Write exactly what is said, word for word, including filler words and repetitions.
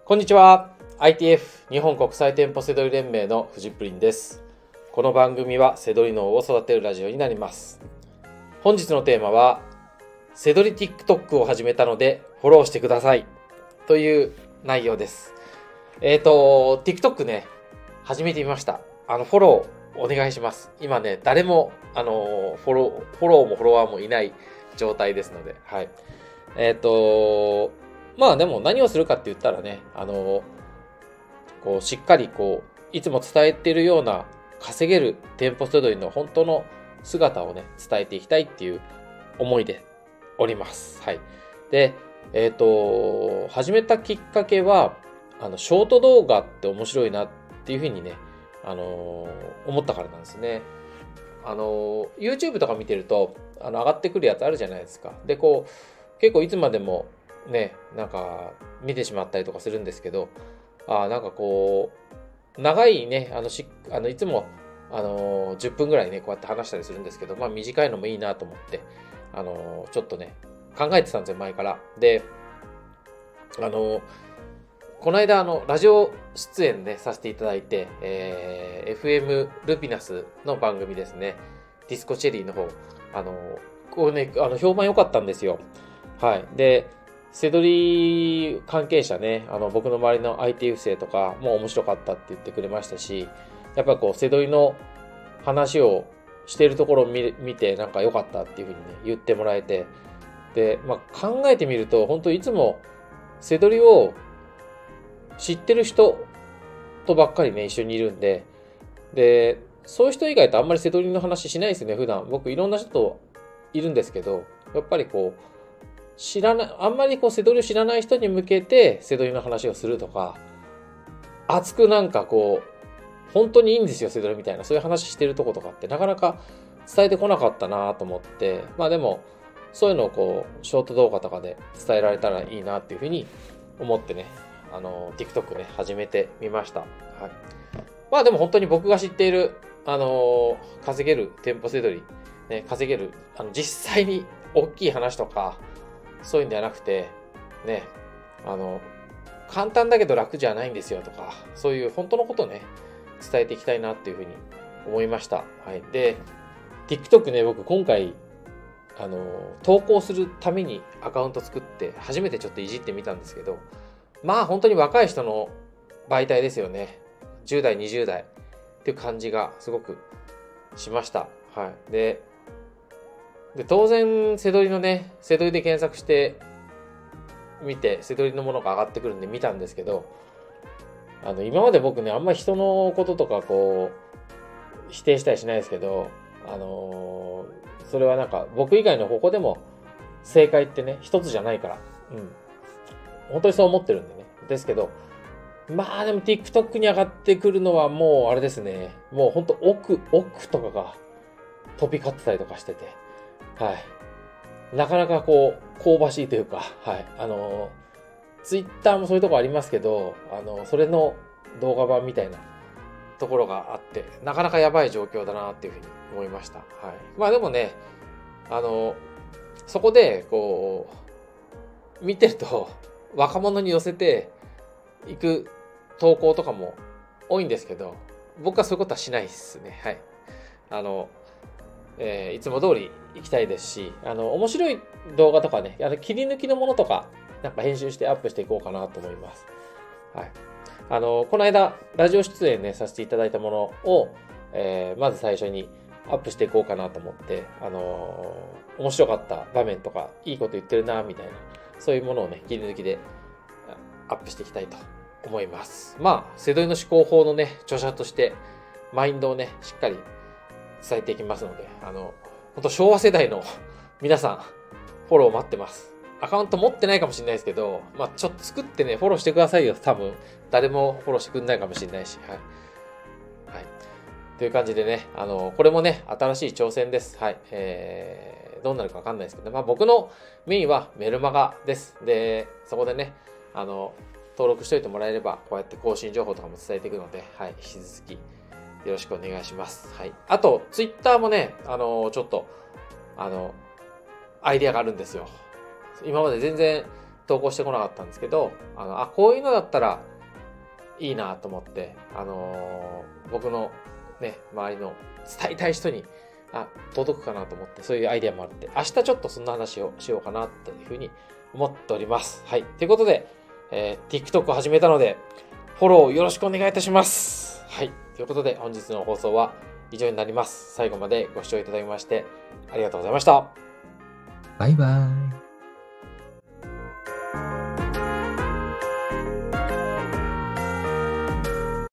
こんにちは。アイティーエフ 日本国際店舗セドリ連盟のフジプリンです。この番組はセドリ脳を育てるラジオになります。本日のテーマは、セドリ TikTok を始めたのでフォローしてくださいという内容です。えっと、TikTok ね、始めてみました。あの、フォローお願いします。今ね、誰も、あの、フォロー、フォローもフォロワーもいない状態ですので、はい。えっと、まあでも何をするかって言ったらね、あの、こうしっかりこう、いつも伝えているような稼げる店舗セドリの本当の姿をね、伝えていきたいっていう思いでおります。はい。で、えっと、始めたきっかけは、あの、ショート動画って面白いなっていうふうにね、あの、思ったからなんですね。あの、YouTube とか見てると、あの、上がってくるやつあるじゃないですか。で、こう、結構いつまでもね、なんか見てしまったりとかするんですけど、あなんかこう、長いね、あのし、あのいつも、あのー、じゅっぷんぐらいね、こうやって話したりするんですけど、まあ短いのもいいなと思って、あのー、ちょっとね、考えてたんですよ、前から。で、あのー、この間、あの、ラジオ出演ね、させていただいて、えー、エフエム ルピナスの番組ですね、ディスコチェリーの方、あのー、こうね、あの、評判良かったんですよ。はい。で、セドリ関係者ね、あの、僕の周りの アイティーエフ 生とかも面白かったって言ってくれましたし、やっぱこう、セドリの話をしているところを見見て、なんか良かったっていうふうにね、言ってもらえて、で、まあ、考えてみると、本当いつもセドリを知ってる人とばっかりね、一緒にいるんで、で、そういう人以外とあんまりセドリの話しないですね、普段。僕いろんな人といるんですけど、やっぱりこう、知らない、あんまりこう、セドリを知らない人に向けて、セドリの話をするとか、熱くなんかこう、本当にいいんですよ、セドリみたいな、そういう話してるとことかって、なかなか伝えてこなかったなと思って、まあでも、そういうのをこう、ショート動画とかで伝えられたらいいなっていうふうに思ってね、あの、TikTok ね、始めてみました。はい。まあでも本当に僕が知っている、あの、稼げる店舗セドリ、ね、稼げる、あの、実際に大きい話とか、そういうんではなくて、ね、あの、簡単だけど楽じゃないんですよとか、そういう本当のことをね、伝えていきたいなっていうふうに思いました。はい。で、TikTok ね、僕今回、あの、投稿するためにアカウント作って、初めてちょっといじってみたんですけど、まあ本当に若い人の媒体ですよね。じゅう代、にじゅう代っていう感じがすごくしました。はい。で、で当然、セドリのね、セドリで検索してみて、セドリのものが上がってくるんで見たんですけど、あの、今まで僕ね、あんまり人のこととかこう、否定したりしないですけど、あのー、それはなんか僕以外のここでも正解ってね、一つじゃないから、うん。本当にそう思ってるんでね。ですけど、まあでも TikTok に上がってくるのはもうあれですね、もう本当奥、奥とかが飛び交ってたりとかしてて、はい。なかなかこう、香ばしいというか、はい。あの、ツイッターもそういうとこありますけど、あの、それの動画版みたいなところがあって、なかなかやばい状況だなっていうふうに思いました。はい。まあでもね、あの、そこで、こう、見てると、若者に寄せていく投稿とかも多いんですけど、僕はそういうことはしないですね。はい。あの、えー、いつも通り行きたいですし、あの、面白い動画とかね、あの切り抜きのものとか、なんか編集してアップしていこうかなと思います。はい。あの、この間、ラジオ出演ね、させていただいたものを、えー、まず最初にアップしていこうかなと思って、あのー、面白かった場面とか、いいこと言ってるな、みたいな、そういうものをね、切り抜きでアップしていきたいと思います。まあ、セドリの思考法のね、著者として、マインドをね、しっかり伝えていきますので、あの、本当昭和世代の皆さん、フォロー待ってます。アカウント持ってないかもしれないですけど、まあちょっと作ってね、フォローしてくださいよ。多分、誰もフォローしてくんないかもしれないし、はい。はい。という感じでね、あの、これもね、新しい挑戦です。はい。えー、どうなるかわかんないですけど、ね、まあ僕のメインはメルマガです。で、そこでね、あの、登録しておいてもらえれば、こうやって更新情報とかも伝えていくので、はい、引き続き、よろしくお願いします。はい。あと、ツイッターもね、あの、ちょっと、あの、アイディアがあるんですよ。今まで全然投稿してこなかったんですけど、あの、あ、こういうのだったらいいなと思って、あのー僕のね、周りの伝えたい人に、あ、届くかなと思って、そういうアイデアもあって、明日ちょっとそんな話をしようかなというふうに思っております。はい。ということで、えー、TikTok を始めたので、フォローよろしくお願いいたします。はい。ということで、本日の放送は以上になります。最後までご視聴いただきまして、ありがとうございました。 バイバイ。